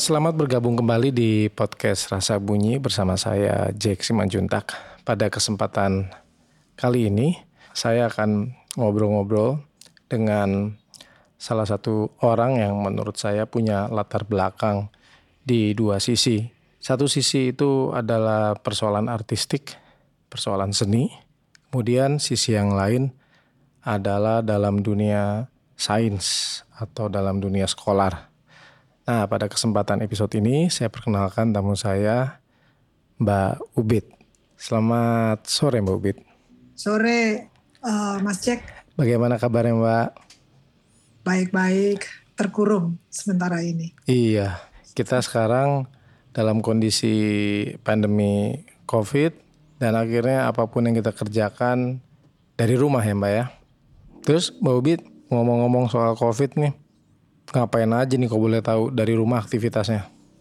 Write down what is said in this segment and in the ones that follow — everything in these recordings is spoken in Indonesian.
Selamat bergabung kembali di podcast Rasa Bunyi bersama saya Jack Simanjuntak. Pada kesempatan kali ini saya akan ngobrol-ngobrol dengan salah satu orang yang menurut saya punya latar belakang di dua sisi. Satu sisi itu adalah persoalan artistik, persoalan seni. Kemudian sisi yang lain adalah dalam dunia sains atau dalam dunia sekolah. Nah, pada kesempatan episode ini saya perkenalkan tamu saya, Mbak Ubit. Selamat sore Mbak Ubit. Sore Mas Jack. Bagaimana kabarnya Mbak? Baik-baik, terkurung sementara ini. Iya, kita sekarang dalam kondisi pandemi COVID dan akhirnya apapun yang kita kerjakan dari rumah ya Mbak ya. Terus Mbak Ubit ngomong-ngomong soal COVID nih, ngapain aja nih kalau boleh tahu dari rumah aktivitasnya?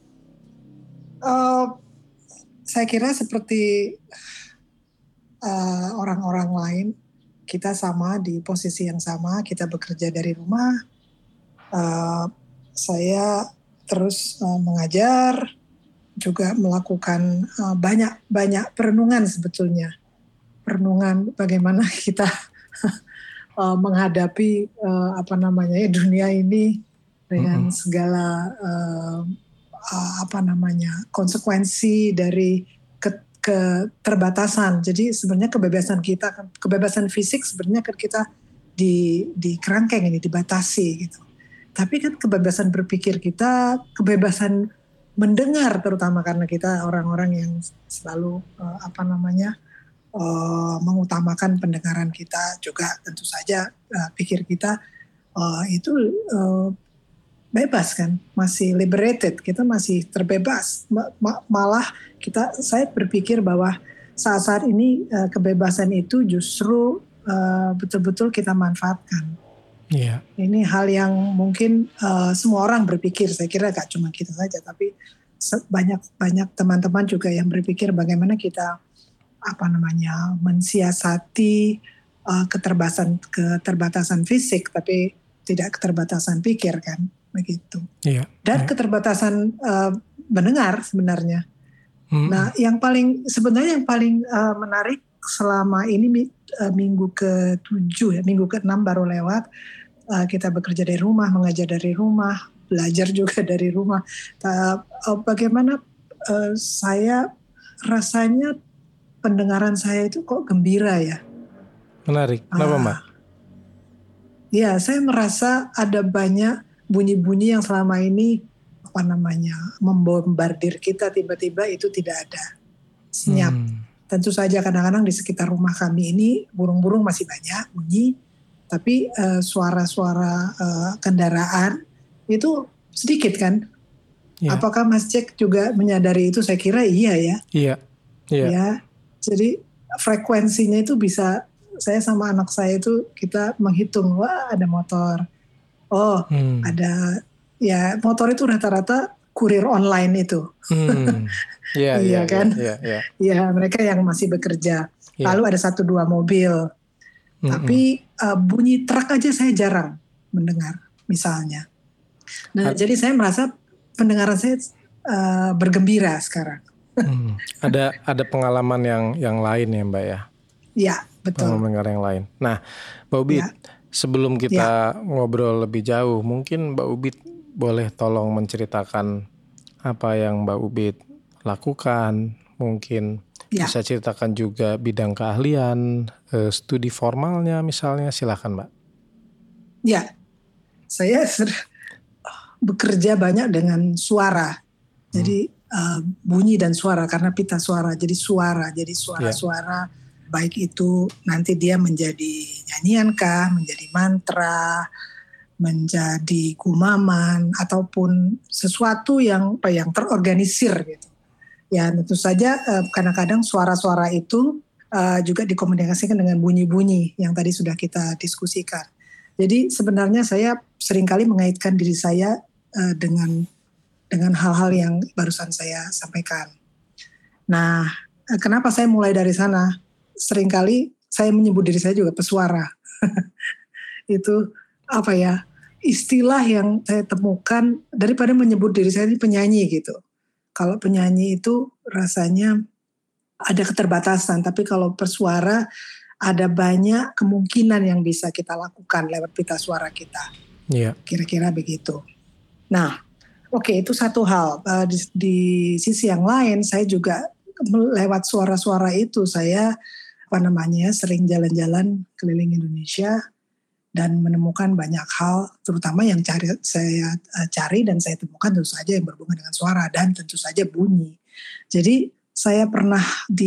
Saya kira seperti orang-orang lain, kita sama di posisi yang sama, kita bekerja dari rumah. Saya terus mengajar, juga melakukan banyak perenungan sebetulnya. Perenungan bagaimana kita menghadapi dunia ini dengan segala konsekuensi dari keterbatasan. Jadi sebenarnya kebebasan kita, kebebasan fisik sebenarnya kan kita di kerangkeng ini, dibatasi gitu. Tapi kan kebebasan berpikir kita, kebebasan mendengar, terutama karena kita orang-orang yang selalu mengutamakan pendengaran kita, juga tentu saja pikir kita itu bebas kan, masih liberated, kita masih terbebas. Malah saya berpikir bahwa saat-saat ini kebebasan itu justru betul-betul kita manfaatkan. Iya. Ini hal yang mungkin semua orang berpikir, saya kira gak cuma kita saja, tapi banyak teman-teman juga yang berpikir bagaimana kita mensiasati keterbatasan fisik, tapi tidak keterbatasan pikir kan. Begitu. Iya. Dan keterbatasan mendengar sebenarnya. Nah, yang paling menarik selama ini minggu ke-7 ya, minggu ke-6 baru lewat, kita bekerja dari rumah, mengajar dari rumah, belajar juga dari rumah. Bagaimana saya rasanya pendengaran saya itu kok gembira ya. Menarik. Kenapa Mbak? Ya, saya merasa ada banyak bunyi-bunyi yang selama ini membombardir kita, tiba-tiba itu tidak ada, senyap. Tentu saja kadang-kadang di sekitar rumah kami ini burung-burung masih banyak bunyi, tapi suara-suara kendaraan itu sedikit kan. Apakah Mas Jack juga menyadari itu? Saya kira iya ya. Iya. Ya, jadi frekuensinya itu bisa, saya sama anak saya itu kita menghitung, wah ada motor. Ada, ya motor itu rata-rata kurir online itu. Iya kan? Iya, mereka yang masih bekerja. Lalu ada 1-2 mobil. Tapi bunyi truk aja saya jarang mendengar misalnya. Nah, jadi saya merasa pendengaran saya bergembira sekarang. Ada pengalaman yang lain ya Mbak ya? Iya, betul. Pengalaman yang lain. Nah, Mbak Ubit, sebelum kita ngobrol lebih jauh, mungkin Mbak Ubit boleh tolong menceritakan apa yang Mbak Ubit lakukan. Mungkin bisa ceritakan juga bidang keahlian, studi formalnya misalnya, silakan Mbak. Ya, saya bekerja banyak dengan suara. Jadi bunyi dan suara, karena pita suara, jadi suara-suara. Baik itu nanti dia menjadi nyanyian kah, menjadi mantra, menjadi gumaman, ataupun sesuatu yang terorganisir gitu. Ya tentu saja kadang-kadang suara-suara itu juga dikomunikasikan dengan bunyi-bunyi yang tadi sudah kita diskusikan. Jadi sebenarnya saya seringkali mengaitkan diri saya dengan hal-hal yang barusan saya sampaikan. Nah, kenapa saya mulai dari sana? Seringkali saya menyebut diri saya juga pesuara. Itu istilah yang saya temukan daripada menyebut diri saya ini penyanyi gitu. Kalau penyanyi itu rasanya ada keterbatasan, tapi kalau bersuara ada banyak kemungkinan yang bisa kita lakukan lewat pita suara kita. Iya. Kira-kira begitu. Nah, oke, itu satu hal. Di sisi yang lain, saya juga lewat suara-suara itu saya sering jalan-jalan keliling Indonesia dan menemukan banyak hal, terutama yang saya cari dan saya temukan tentu saja yang berhubungan dengan suara dan tentu saja bunyi. Jadi saya pernah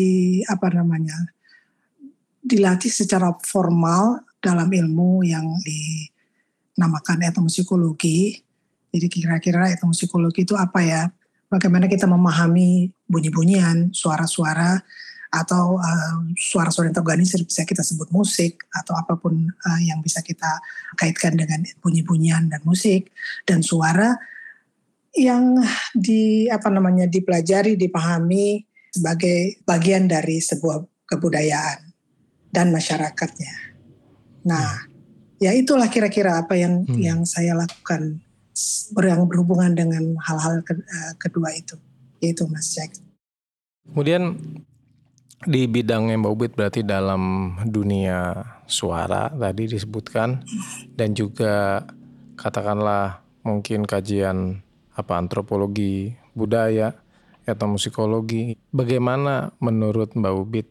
dilatih secara formal dalam ilmu yang dinamakan etnomusikologi. Jadi kira-kira etnomusikologi itu apa ya? Bagaimana kita memahami bunyi-bunyian, suara-suara, atau suara-suara yang terorganisir, bisa kita sebut musik atau apapun yang bisa kita kaitkan dengan bunyi-bunyian dan musik dan suara yang dipelajari, dipahami sebagai bagian dari sebuah kebudayaan dan masyarakatnya. Nah, ya itulah kira-kira apa yang saya lakukan yang berhubungan dengan hal-hal kedua itu, yaitu Mas Jack. Kemudian di bidangnya Mbak Ubit berarti dalam dunia suara tadi disebutkan, dan juga katakanlah mungkin kajian antropologi budaya, etnomusikologi. Bagaimana menurut Mbak Ubit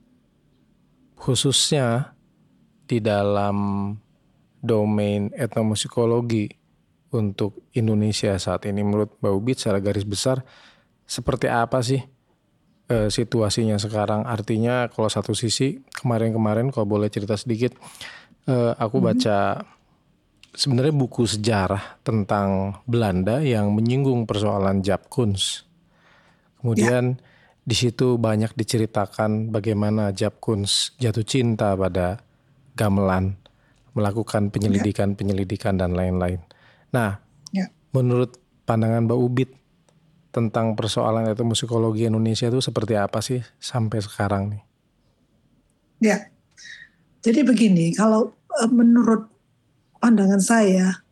khususnya di dalam domain etnomusikologi untuk Indonesia saat ini, menurut Mbak Ubit secara garis besar seperti apa sih situasinya sekarang? Artinya kalau satu sisi kemarin kalau boleh cerita sedikit, aku baca sebenarnya buku sejarah tentang Belanda yang menyinggung persoalan Japkunst. Kemudian di situ banyak diceritakan bagaimana Japkunst jatuh cinta pada gamelan, melakukan penyelidikan dan lain-lain. Nah, menurut pandangan Mbak Ubit tentang persoalan etnomusikologi Indonesia itu seperti apa sih sampai sekarang nih? Ya, jadi begini, kalau menurut pandangan saya,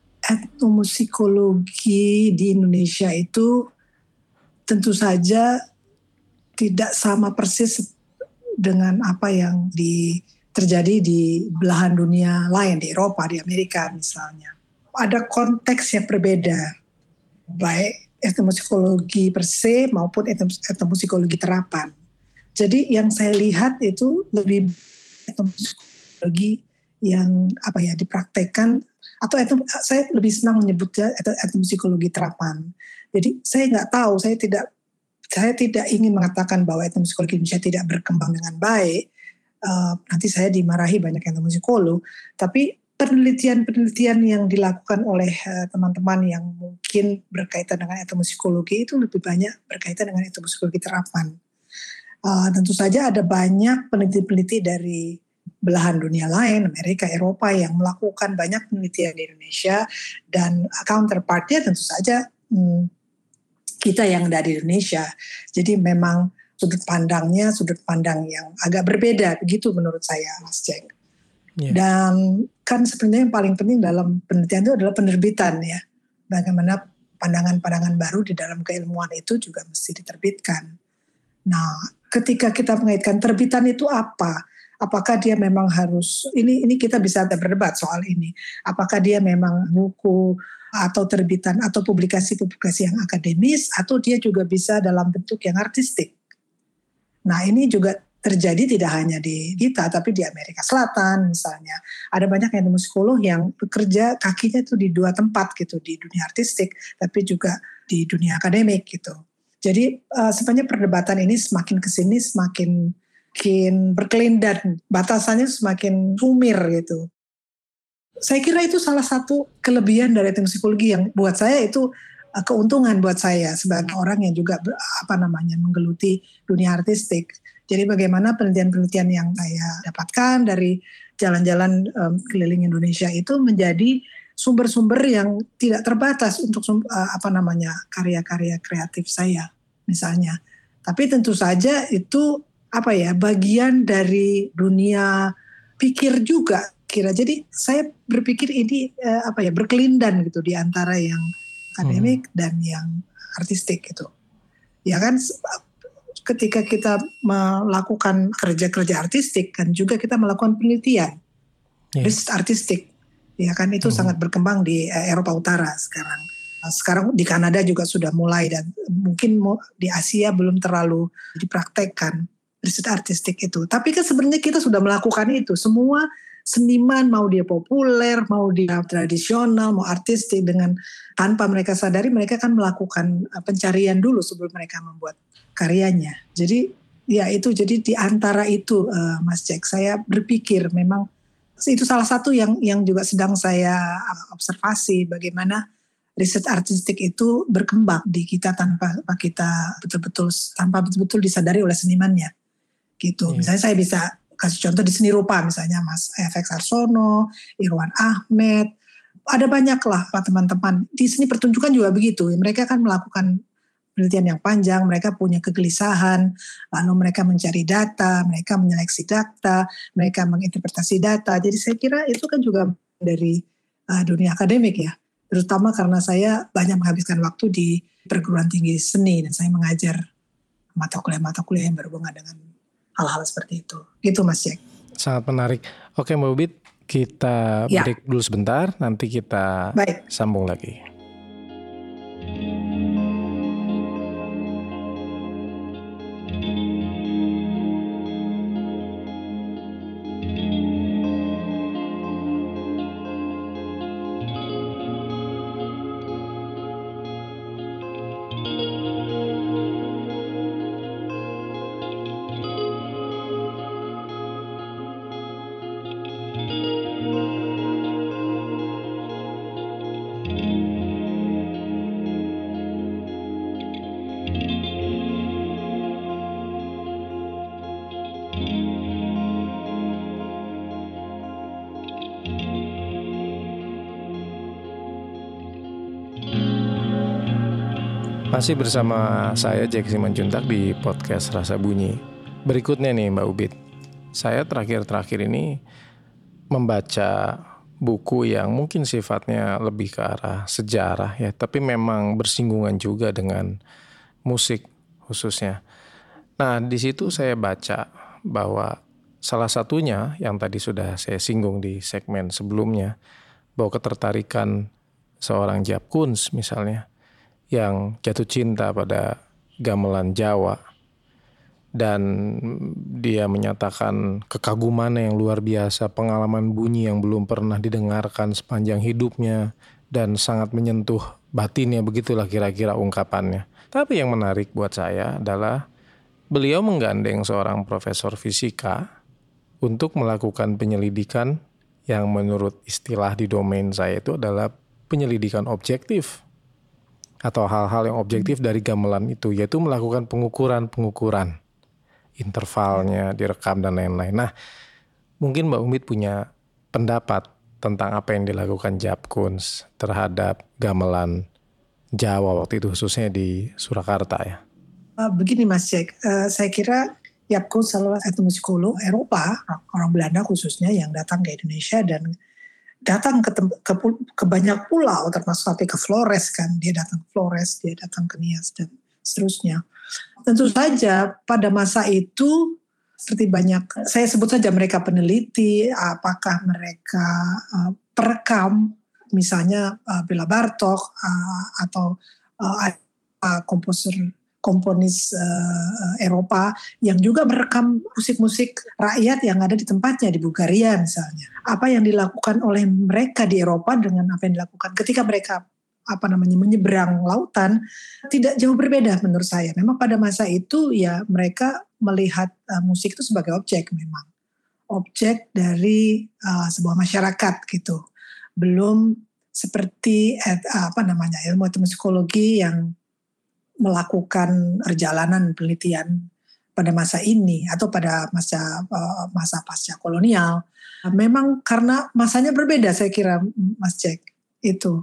etnomusikologi di Indonesia itu tentu saja tidak sama persis dengan apa yang terjadi di belahan dunia lain, di Eropa, di Amerika misalnya. Ada konteks yang berbeda, baik etnomusikologi per se maupun etnomusikologi terapan. Jadi yang saya lihat itu lebih etnomusikologi yang dipraktekkan, atau saya lebih senang menyebutnya etnomusikologi terapan. Jadi saya nggak tahu, saya tidak ingin mengatakan bahwa etnomusikologi Indonesia tidak berkembang dengan baik. Nanti saya dimarahi banyak etnomusikolog, tapi penelitian yang dilakukan oleh teman-teman yang mungkin berkaitan dengan etnomusikologi itu lebih banyak berkaitan dengan etnomusikologi terapan. Tentu saja ada banyak peneliti-peneliti dari belahan dunia lain, Amerika, Eropa, yang melakukan banyak penelitian di Indonesia, dan counterpartnya tentu saja kita yang dari Indonesia. Jadi memang sudut pandang yang agak berbeda, begitu menurut saya, Mas Jack. Dan kan sebenarnya yang paling penting dalam penelitian itu adalah penerbitan ya. Bagaimana pandangan-pandangan baru di dalam keilmuan itu juga mesti diterbitkan. Nah, ketika kita mengaitkan terbitan itu apa? Apakah dia memang harus, ini kita bisa berdebat soal ini. Apakah dia memang buku atau terbitan atau publikasi-publikasi yang akademis, atau dia juga bisa dalam bentuk yang artistik. Nah, ini juga terjadi tidak hanya di kita, tapi di Amerika Selatan misalnya. Ada banyak etnomusikolog yang bekerja kakinya itu di dua tempat gitu, di dunia artistik, tapi juga di dunia akademik gitu. Jadi sebenarnya perdebatan ini semakin kesini semakin berkelindan, batasannya semakin sumir gitu. Saya kira itu salah satu kelebihan dari etnomusikologi yang buat saya itu keuntungan buat saya sebagai orang yang juga menggeluti dunia artistik. Jadi bagaimana penelitian-penelitian yang saya dapatkan dari jalan-jalan keliling Indonesia itu menjadi sumber-sumber yang tidak terbatas untuk karya-karya kreatif saya misalnya. Tapi tentu saja itu bagian dari dunia pikir juga. kira. Jadi saya berpikir ini berkelindan gitu di antara yang akademik dan yang artistik gitu. Ya kan, ketika kita melakukan kerja-kerja artistik kan juga kita melakukan penelitian, riset artistik. Ya kan, itu sangat berkembang di Eropa Utara sekarang. Sekarang di Kanada juga sudah mulai, dan mungkin di Asia belum terlalu dipraktekkan riset artistik itu. Tapi kan sebenarnya kita sudah melakukan itu. Semua seniman, mau dia populer, mau dia tradisional, mau artistik, dengan tanpa mereka sadari mereka kan melakukan pencarian dulu sebelum mereka membuat karyanya. Jadi ya itu, jadi di antara itu Mas Jack, saya berpikir memang itu salah satu yang juga sedang saya observasi, bagaimana riset artistik itu berkembang di kita tanpa kita betul-betul disadari oleh senimannya gitu. Misalnya saya bisa kasih contoh di seni rupa, misalnya Mas FX Arsono, Irwan Ahmed, ada banyak lah teman-teman. Di seni pertunjukan juga begitu, mereka kan melakukan penelitian yang panjang, mereka punya kegelisahan, lalu mereka mencari data, mereka menyeleksi data, mereka menginterpretasi data. Jadi saya kira itu kan juga dari dunia akademik ya, terutama karena saya banyak menghabiskan waktu di perguruan tinggi seni dan saya mengajar mata kuliah yang berhubungan dengan hal-hal seperti itu. Gitu Mas Jack. Sangat menarik. Oke Mbak Ubit, kita break dulu sebentar, nanti kita sambung lagi. Masih bersama saya Jack Simanjuntak di podcast Rasa Bunyi. Berikutnya nih Mbak Ubit, saya terakhir ini membaca buku yang mungkin sifatnya lebih ke arah sejarah ya, tapi memang bersinggungan juga dengan musik khususnya. Nah di situ saya baca bahwa salah satunya yang tadi sudah saya singgung di segmen sebelumnya, bahwa ketertarikan seorang Jaap Koens misalnya, yang jatuh cinta pada gamelan Jawa, dan dia menyatakan kekagumannya yang luar biasa, pengalaman bunyi yang belum pernah didengarkan sepanjang hidupnya, dan sangat menyentuh batinnya, begitulah kira-kira ungkapannya. Tapi yang menarik buat saya adalah beliau menggandeng seorang profesor fisika untuk melakukan penyelidikan yang menurut istilah di domain saya itu adalah penyelidikan objektif, atau hal-hal yang objektif dari gamelan itu, yaitu melakukan pengukuran intervalnya, direkam dan lain-lain. Nah, mungkin Mbak Umit punya pendapat tentang apa yang dilakukan Jaap Koens terhadap gamelan Jawa waktu itu, khususnya di Surakarta ya. Begini Mas Jack, saya kira Jaap Koens adalah etnomusikolog Eropa, orang Belanda khususnya, yang datang ke Indonesia dan datang ke banyak pulau, termasuk sampai ke Flores kan. Dia datang ke Flores, dia datang ke Nias dan seterusnya. Tentu saja pada masa itu seperti banyak, saya sebut saja mereka peneliti, apakah mereka perekam, misalnya Bela Bartok atau komponis Eropa yang juga merekam musik-musik rakyat yang ada di tempatnya, di Bulgaria misalnya. Apa yang dilakukan oleh mereka di Eropa dengan apa yang dilakukan ketika mereka menyeberang lautan tidak jauh berbeda menurut saya. Memang pada masa itu ya mereka melihat musik itu sebagai objek, memang objek dari sebuah masyarakat gitu. Belum seperti ilmu etnomusikologi yang melakukan perjalanan penelitian pada masa ini atau pada masa pasca kolonial. Memang karena masanya berbeda, saya kira Mas Jack itu.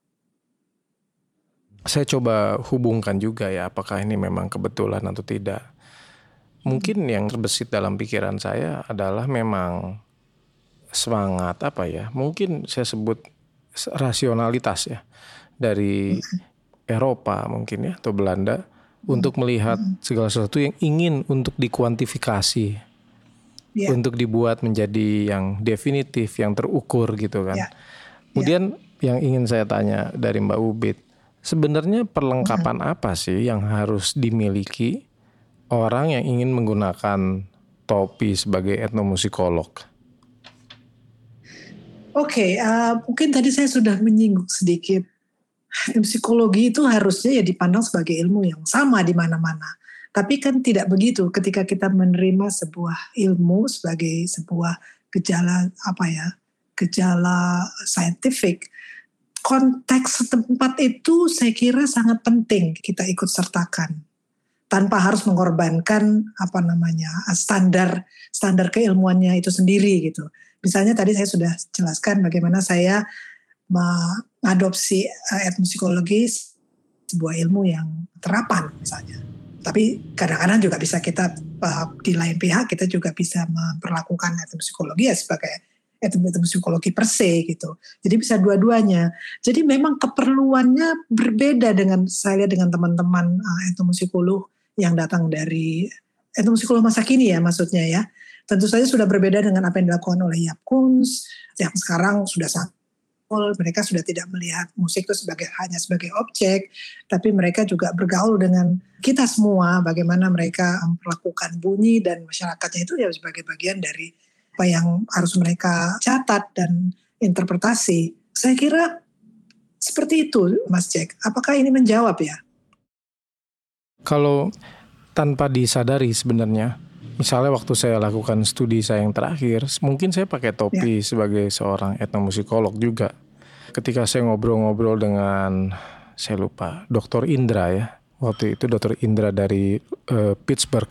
Saya coba hubungkan juga ya, apakah ini memang kebetulan atau tidak. Mungkin yang terbesit dalam pikiran saya adalah memang semangat mungkin saya sebut rasionalitas ya dari Eropa mungkin ya atau Belanda untuk melihat segala sesuatu yang ingin untuk dikuantifikasi, untuk dibuat menjadi yang definitif, yang terukur gitu kan. Kemudian yang ingin saya tanya dari Mbak Ubit, sebenarnya perlengkapan apa sih yang harus dimiliki orang yang ingin menggunakan topi sebagai etnomusikolog? Oke, mungkin tadi saya sudah menyinggung sedikit. Psikologi itu harusnya ya dipandang sebagai ilmu yang sama di mana-mana. Tapi kan tidak begitu ketika kita menerima sebuah ilmu sebagai sebuah gejala gejala saintifik. Konteks setempat itu saya kira sangat penting kita ikut sertakan tanpa harus mengorbankan standar keilmuannya itu sendiri gitu. Misalnya tadi saya sudah jelaskan bagaimana saya mengadopsi etnomusikologi sebuah ilmu yang terapan misalnya. Tapi kadang-kadang juga bisa kita di lain pihak kita juga bisa memperlakukan etnomusikologi ya sebagai etnomusikologi per se gitu. Jadi bisa dua-duanya. Jadi memang keperluannya berbeda dengan saya dengan teman-teman etnomusikolog yang datang dari etnomusikolog masa kini ya maksudnya ya. Tentu saja sudah berbeda dengan apa yang dilakukan oleh Jaap Koens yang sekarang sudah mereka sudah tidak melihat musik itu hanya sebagai objek, tapi mereka juga bergaul dengan kita semua, bagaimana mereka memperlakukan bunyi dan masyarakatnya itu ya sebagai bagian dari apa yang harus mereka catat dan interpretasi. Saya kira seperti itu, Mas Jack. Apakah ini menjawab ya? Kalau tanpa disadari sebenarnya, misalnya waktu saya lakukan studi saya yang terakhir, mungkin saya pakai topi sebagai seorang etnomusikolog juga. Ketika saya ngobrol-ngobrol dengan, saya lupa, Dr. Indra ya. Waktu itu Dr. Indra dari Pittsburgh.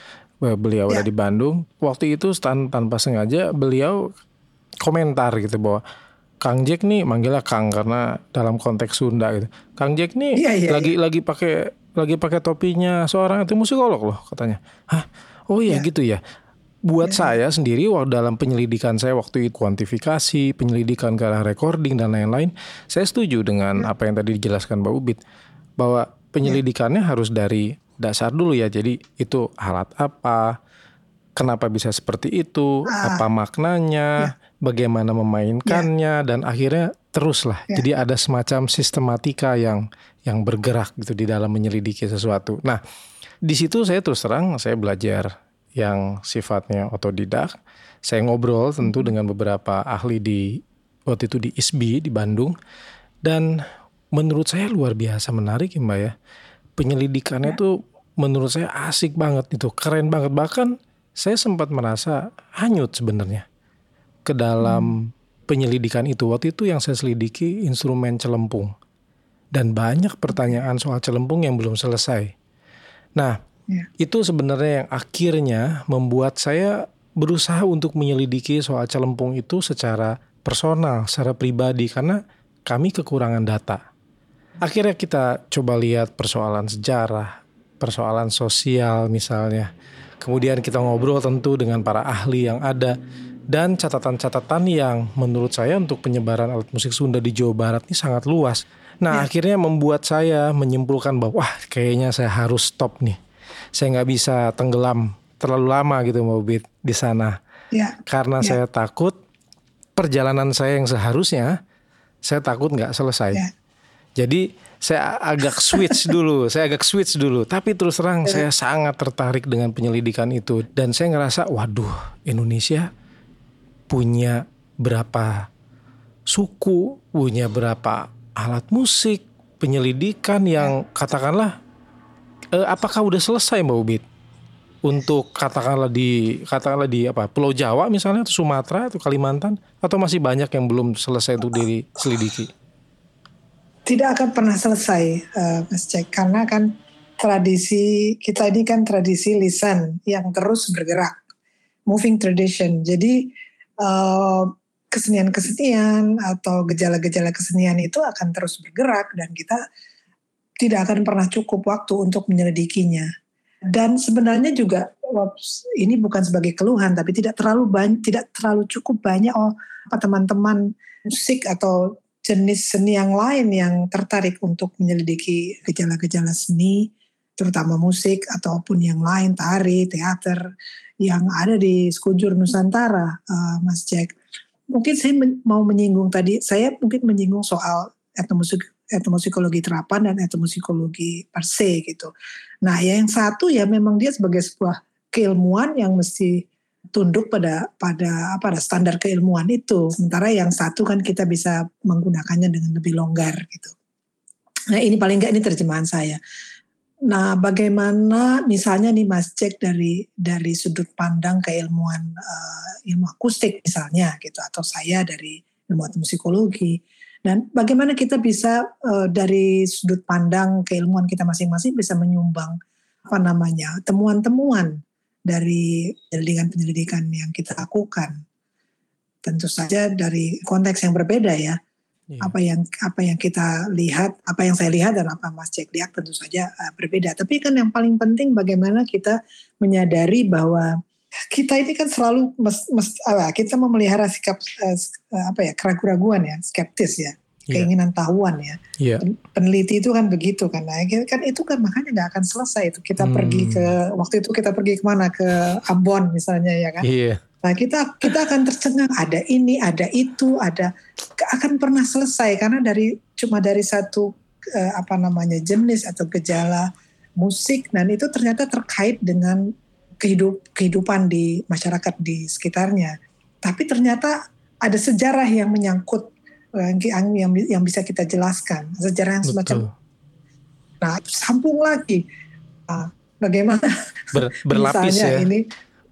Beliau ada di Bandung. Waktu itu tanpa sengaja beliau komentar gitu bahwa Kang Jack nih, manggilnya Kang karena dalam konteks Sunda gitu. Kang Jack nih lagi pakai topinya seorang etnomusikolog loh katanya. Hah? Oh iya gitu ya. Buat saya sendiri dalam penyelidikan saya waktu itu kuantifikasi, penyelidikan ke arah recording dan lain-lain, saya setuju dengan apa yang tadi dijelaskan Mbak Ubit bahwa penyelidikannya harus dari dasar dulu ya. Jadi itu alat apa, kenapa bisa seperti itu, apa maknanya, bagaimana memainkannya dan akhirnya teruslah. Jadi ada semacam sistematika yang bergerak gitu di dalam menyelidiki sesuatu. Nah, di situ saya terus terang saya belajar yang sifatnya otodidak. Saya ngobrol tentu dengan beberapa ahli waktu itu di ISBI di Bandung. Dan menurut saya luar biasa menarik ya Mbak ya. Penyelidikannya tuh menurut saya asik banget itu, keren banget. Bahkan saya sempat merasa hanyut sebenarnya ke dalam penyelidikan itu. Waktu itu yang saya selidiki instrumen celempung. Dan banyak pertanyaan soal celempung yang belum selesai. Nah, itu sebenarnya yang akhirnya membuat saya berusaha untuk menyelidiki soal celempung itu secara personal, secara pribadi, karena kami kekurangan data. Akhirnya kita coba lihat persoalan sejarah, persoalan sosial misalnya. Kemudian kita ngobrol tentu dengan para ahli yang ada. Dan catatan-catatan yang menurut saya untuk penyebaran alat musik Sunda di Jawa Barat ini sangat luas. Nah akhirnya membuat saya menyimpulkan bahwa wah kayaknya saya harus stop nih. Saya nggak bisa tenggelam terlalu lama gitu Mbak Ubit di sana. Karena saya takut perjalanan saya yang seharusnya saya takut nggak selesai. Jadi saya agak switch dulu. Tapi terus terang saya sangat tertarik dengan penyelidikan itu. Dan saya ngerasa waduh Indonesia punya berapa suku, punya berapa alat musik, penyelidikan yang katakanlah apakah udah selesai Mbak Ubit untuk katakanlah di Pulau Jawa misalnya atau Sumatera atau Kalimantan, atau masih banyak yang belum selesai untuk diselidiki? Tidak akan pernah selesai Mas Jack, karena kan tradisi kita ini kan tradisi lisan yang terus bergerak, moving tradition. Jadi kesenian-kesenian atau gejala-gejala kesenian itu akan terus bergerak dan kita tidak akan pernah cukup waktu untuk menyelidikinya. Dan sebenarnya juga ini bukan sebagai keluhan, tapi tidak terlalu cukup banyak teman-teman musik atau jenis seni yang lain yang tertarik untuk menyelidiki gejala-gejala seni, terutama musik ataupun yang lain, tari, teater yang ada di sekujur Nusantara, Mas Jack. Mungkin saya mau menyinggung tadi, saya mungkin menyinggung soal etnomusikologi terapan dan etnomusikologi per se gitu. Nah, yang satu ya memang dia sebagai sebuah keilmuan yang mesti tunduk pada standar keilmuan itu. Sementara yang satu kan kita bisa menggunakannya dengan lebih longgar gitu. Nah, ini paling enggak ini terjemahan saya. Nah, bagaimana misalnya nih Mas Jack dari sudut pandang keilmuan ilmu akustik misalnya gitu, atau saya dari ilmu etnomusikologi. Dan bagaimana kita bisa dari sudut pandang keilmuan kita masing-masing bisa menyumbang temuan-temuan dari penyelidikan yang kita lakukan. Tentu saja dari konteks yang berbeda ya. Yeah. Apa yang kita lihat, apa yang saya lihat dan apa Mas Jack lihat tentu saja berbeda. Tapi kan yang paling penting bagaimana kita menyadari bahwa kita ini kan selalu kita memelihara sikap keraguan-raguan ya, skeptis ya, keinginan tahuan ya. Yeah. Peneliti itu kan begitu kan. Nah, kan itu kan makanya nggak akan selesai itu. Kita pergi waktu itu kita pergi kemana, ke Ambon misalnya ya kan. Yeah. Nah, kita akan tercengang, ada ini, ada itu, akan pernah selesai karena cuma dari satu jenis atau gejala musik, dan itu ternyata terkait dengan kehidupan di masyarakat di sekitarnya. Tapi ternyata ada sejarah yang menyangkut yang bisa kita jelaskan, sejarah yang semacam. Nah, sambung lagi. Nah, bagaimana berlapis ya? Ini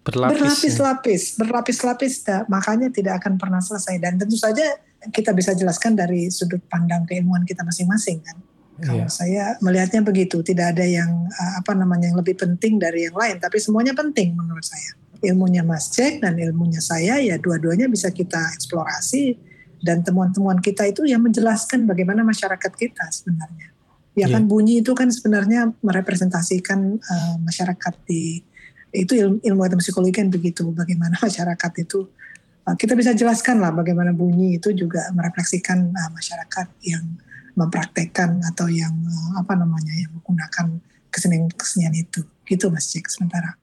berlapis-lapis. Makanya tidak akan pernah selesai. Dan tentu saja kita bisa jelaskan dari sudut pandang keilmuan kita masing-masing kan. Kalau saya melihatnya begitu, tidak ada yang yang lebih penting dari yang lain, tapi semuanya penting menurut saya. Ilmunya Mas Jack dan ilmunya saya ya dua-duanya bisa kita eksplorasi, dan temuan-temuan kita itu yang menjelaskan bagaimana masyarakat kita sebenarnya. Ya kan bunyi itu kan sebenarnya merepresentasikan masyarakat itu ilmu etnomusikologi kan begitu, bagaimana masyarakat itu kita bisa jelaskan lah bagaimana bunyi itu juga merefleksikan masyarakat yang mempraktekkan atau yang yang menggunakan kesenian itu. Gitu Mas Jack sementara.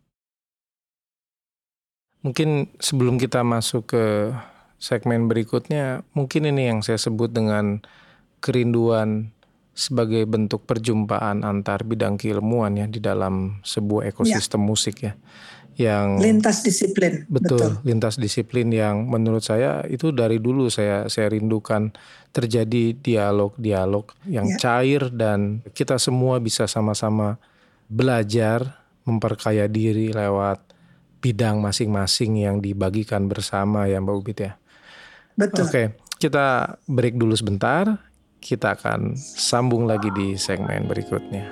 Mungkin sebelum kita masuk ke segmen berikutnya, mungkin ini yang saya sebut dengan kerinduan sebagai bentuk perjumpaan antar bidang keilmuan ya di dalam sebuah ekosistem musik ya. Yang lintas disiplin. Betul, lintas disiplin yang menurut saya itu dari dulu saya rindukan, terjadi dialog-dialog yang cair dan kita semua bisa sama-sama belajar, memperkaya diri lewat bidang masing-masing yang dibagikan bersama ya Mbak Ubit ya. Betul. Oke, kita break dulu sebentar. Kita akan sambung lagi di segmen berikutnya.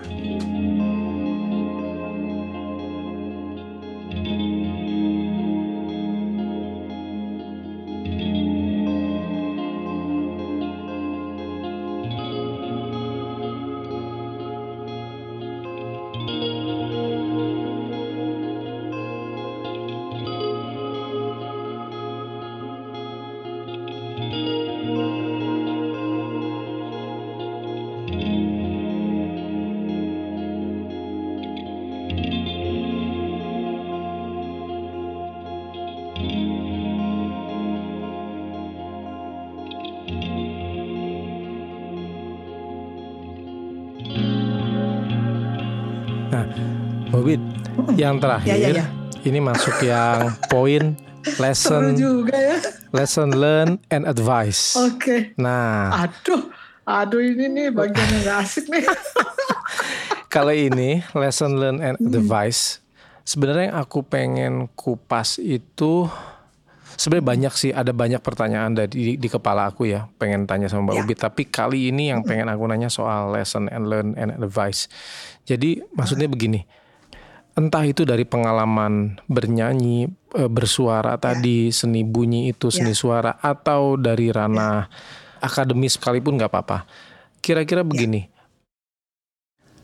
Bobit, yang terakhir ini masuk yang poin lesson learn and advice. Oke. Nah, aduh ini nih bagian yang gak asik nih. Kalau ini lesson learn and advice, sebenarnya yang aku pengen kupas itu sebenarnya banyak sih, ada banyak pertanyaan di kepala aku ya, pengen tanya sama Mbak Ubit. Tapi kali ini yang pengen aku nanya soal lesson and learn and advice. Jadi maksudnya begini. Entah itu dari pengalaman bernyanyi, bersuara tadi, seni bunyi itu, seni suara, atau dari ranah akademis sekalipun gak apa-apa. Kira-kira begini,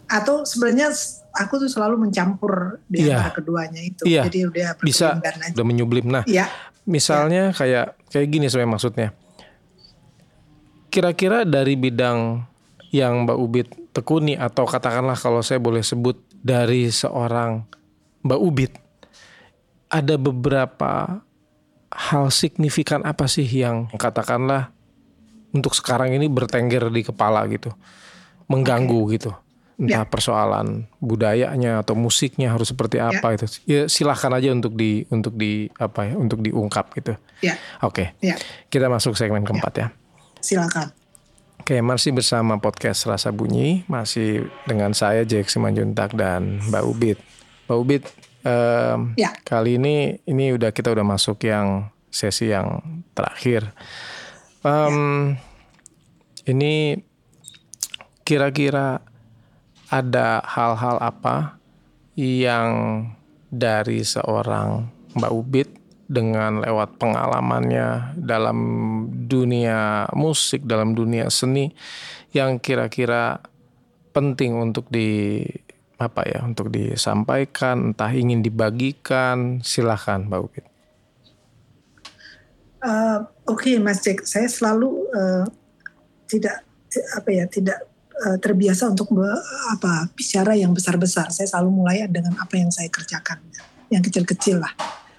Atau sebenarnya aku tuh selalu mencampur di antara keduanya itu. Jadi udah bisa udah menyublim. Nah, misalnya kayak gini sebenarnya maksudnya. Kira-kira dari bidang yang Mbak Ubit tekuni, atau katakanlah kalau saya boleh sebut dari seorang Mbak Ubit, ada beberapa hal signifikan apa sih yang katakanlah untuk sekarang ini bertengger di kepala gitu, mengganggu gitu, entah persoalan budayanya atau musiknya harus seperti apa itu. Ya silahkan aja untuk diungkap gitu. Oke. Kita masuk segmen keempat ya. Silakan. Oke, masih bersama podcast Rasa Bunyi, masih dengan saya Jack Simanjuntak dan Mbak Ubit. Mbak Ubit, kali ini kita udah masuk yang sesi yang terakhir. Ini kira-kira ada hal-hal apa yang dari seorang Mbak Ubit dengan lewat pengalamannya dalam dunia musik, dalam dunia seni, yang kira-kira penting untuk untuk disampaikan, entah ingin dibagikan, silahkan Mbak Ubit. Oke, Mas Jack, saya selalu tidak terbiasa untuk bicara yang besar-besar. Saya selalu mulai dengan apa yang saya kerjakan, yang kecil-kecil lah.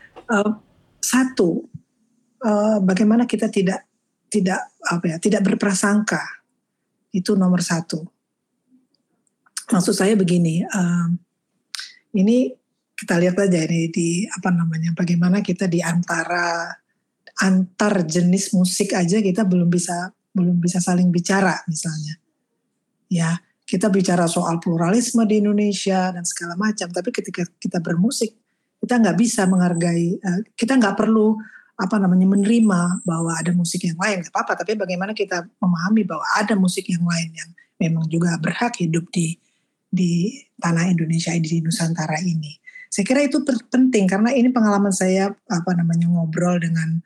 Satu, bagaimana kita tidak berprasangka, itu nomor satu. Maksud saya begini, ini kita lihat aja ini bagaimana kita di antar jenis musik aja kita belum bisa saling bicara misalnya, ya kita bicara soal pluralisme di Indonesia dan segala macam, tapi ketika kita bermusik kita nggak bisa menghargai, kita nggak perlu menerima bahwa ada musik yang lain, nggak apa-apa, tapi bagaimana kita memahami bahwa ada musik yang lain yang memang juga berhak hidup di tanah Indonesia, di Nusantara ini. Saya kira itu penting karena ini pengalaman saya ngobrol dengan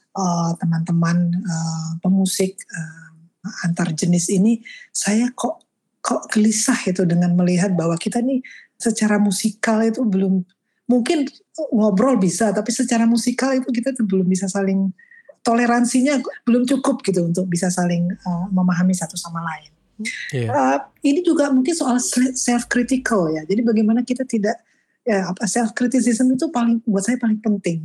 teman-teman pemusik antar jenis ini, saya kok gelisah itu dengan melihat bahwa kita nih secara musikal itu belum, mungkin ngobrol bisa, tapi secara musikal itu kita tuh belum bisa saling, toleransinya belum cukup gitu untuk bisa saling memahami satu sama lain. Ini juga mungkin soal self-critical ya. Jadi bagaimana kita tidak, self-criticism itu buat saya paling penting.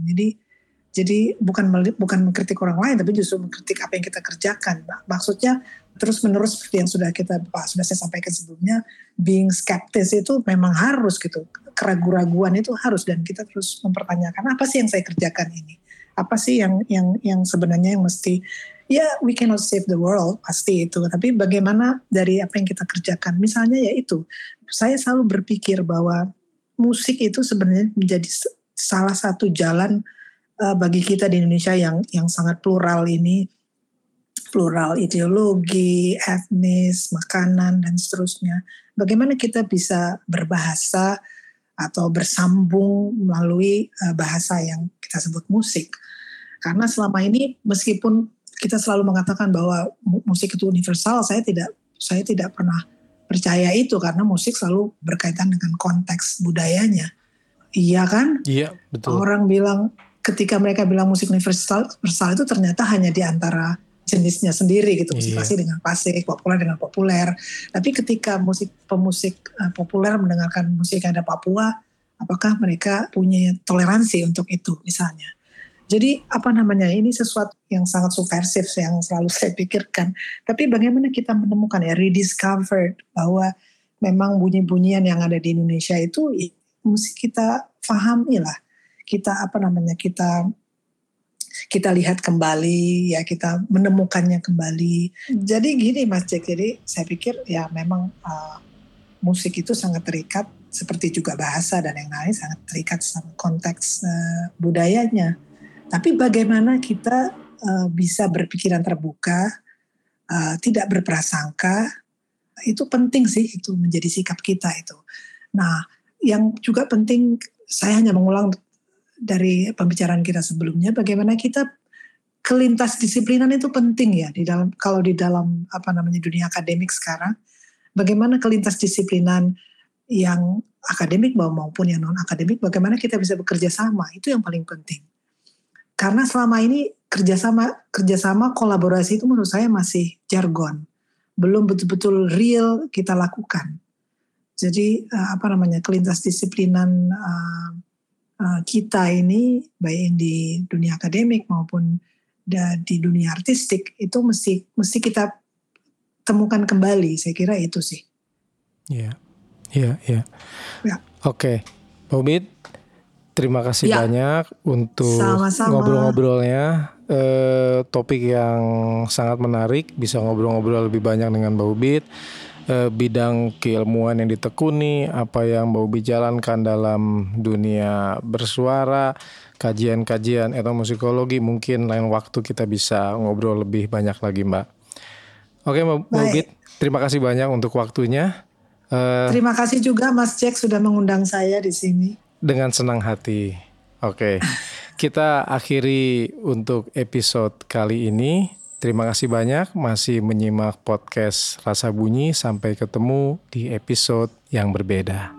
Jadi bukan mengkritik orang lain, tapi justru mengkritik apa yang kita kerjakan. Maksudnya terus-menerus seperti yang sudah saya sampaikan sebelumnya, being skeptis itu memang harus gitu. Keraguan-raguan itu harus, dan kita terus mempertanyakan apa sih yang saya kerjakan ini? Apa sih yang sebenarnya yang mesti, we cannot save the world, pasti itu. Tapi bagaimana dari apa yang kita kerjakan? Misalnya ya itu, saya selalu berpikir bahwa musik itu sebenarnya menjadi salah satu jalan bagi kita di Indonesia yang sangat plural ini, plural ideologi, etnis, makanan, dan seterusnya. Bagaimana kita bisa berbahasa atau bersambung melalui bahasa yang kita sebut musik. Karena selama ini meskipun kita selalu mengatakan bahwa musik itu universal, saya tidak pernah percaya itu, karena musik selalu berkaitan dengan konteks budayanya. Iya kan? Iya, betul. Orang bilang, ketika mereka bilang musik universal itu ternyata hanya di antara jenisnya sendiri gitu, musik klasik dengan klasik, populer dengan populer. Tapi ketika pemusik populer mendengarkan musik yang ada Papua, apakah mereka punya toleransi untuk itu misalnya? Jadi ini sesuatu yang sangat subversif yang selalu saya pikirkan. Tapi bagaimana kita menemukan rediscovered bahwa memang bunyi-bunyian yang ada di Indonesia itu musik kita pahami lah. Kita lihat kembali, ya kita menemukannya kembali. Jadi gini Mas Jack, jadi saya pikir ya memang musik itu sangat terikat, seperti juga bahasa dan yang lain sangat terikat sama konteks budayanya. Tapi bagaimana kita bisa berpikiran terbuka, tidak berprasangka, itu penting sih, itu menjadi sikap kita itu. Nah, yang juga penting, saya hanya mengulang dari pembicaraan kita sebelumnya, bagaimana kita kelintas disiplinan itu penting ya kalau di dalam dunia akademik sekarang. bagaimana kelintas disiplinan yang akademik maupun yang non akademik, bagaimana kita bisa bekerja sama, itu yang paling penting. Karena selama ini kerjasama kolaborasi itu menurut saya masih jargon, belum betul-betul real kita lakukan. Jadi kelintas disiplinan kita ini baik di dunia akademik maupun di dunia artistik itu mesti kita temukan kembali. Saya kira itu sih. Iya. Oke, Mbak Ubid, terima kasih banyak untuk ngobrol-ngobrolnya. Topik yang sangat menarik, bisa ngobrol-ngobrol lebih banyak dengan Mbak Ubid. Bidang keilmuan yang ditekuni, apa yang Mbak Ubid jalankan dalam dunia bersuara, kajian-kajian etnomusikologi, mungkin lain waktu kita bisa ngobrol lebih banyak lagi, Mbak. Oke, Mbak Ubid, terima kasih banyak untuk waktunya. Terima kasih juga Mas Jack sudah mengundang saya di sini. Dengan senang hati. Oke. Kita akhiri untuk episode kali ini. Terima kasih banyak masih menyimak podcast Rasa Bunyi. Sampai ketemu di episode yang berbeda.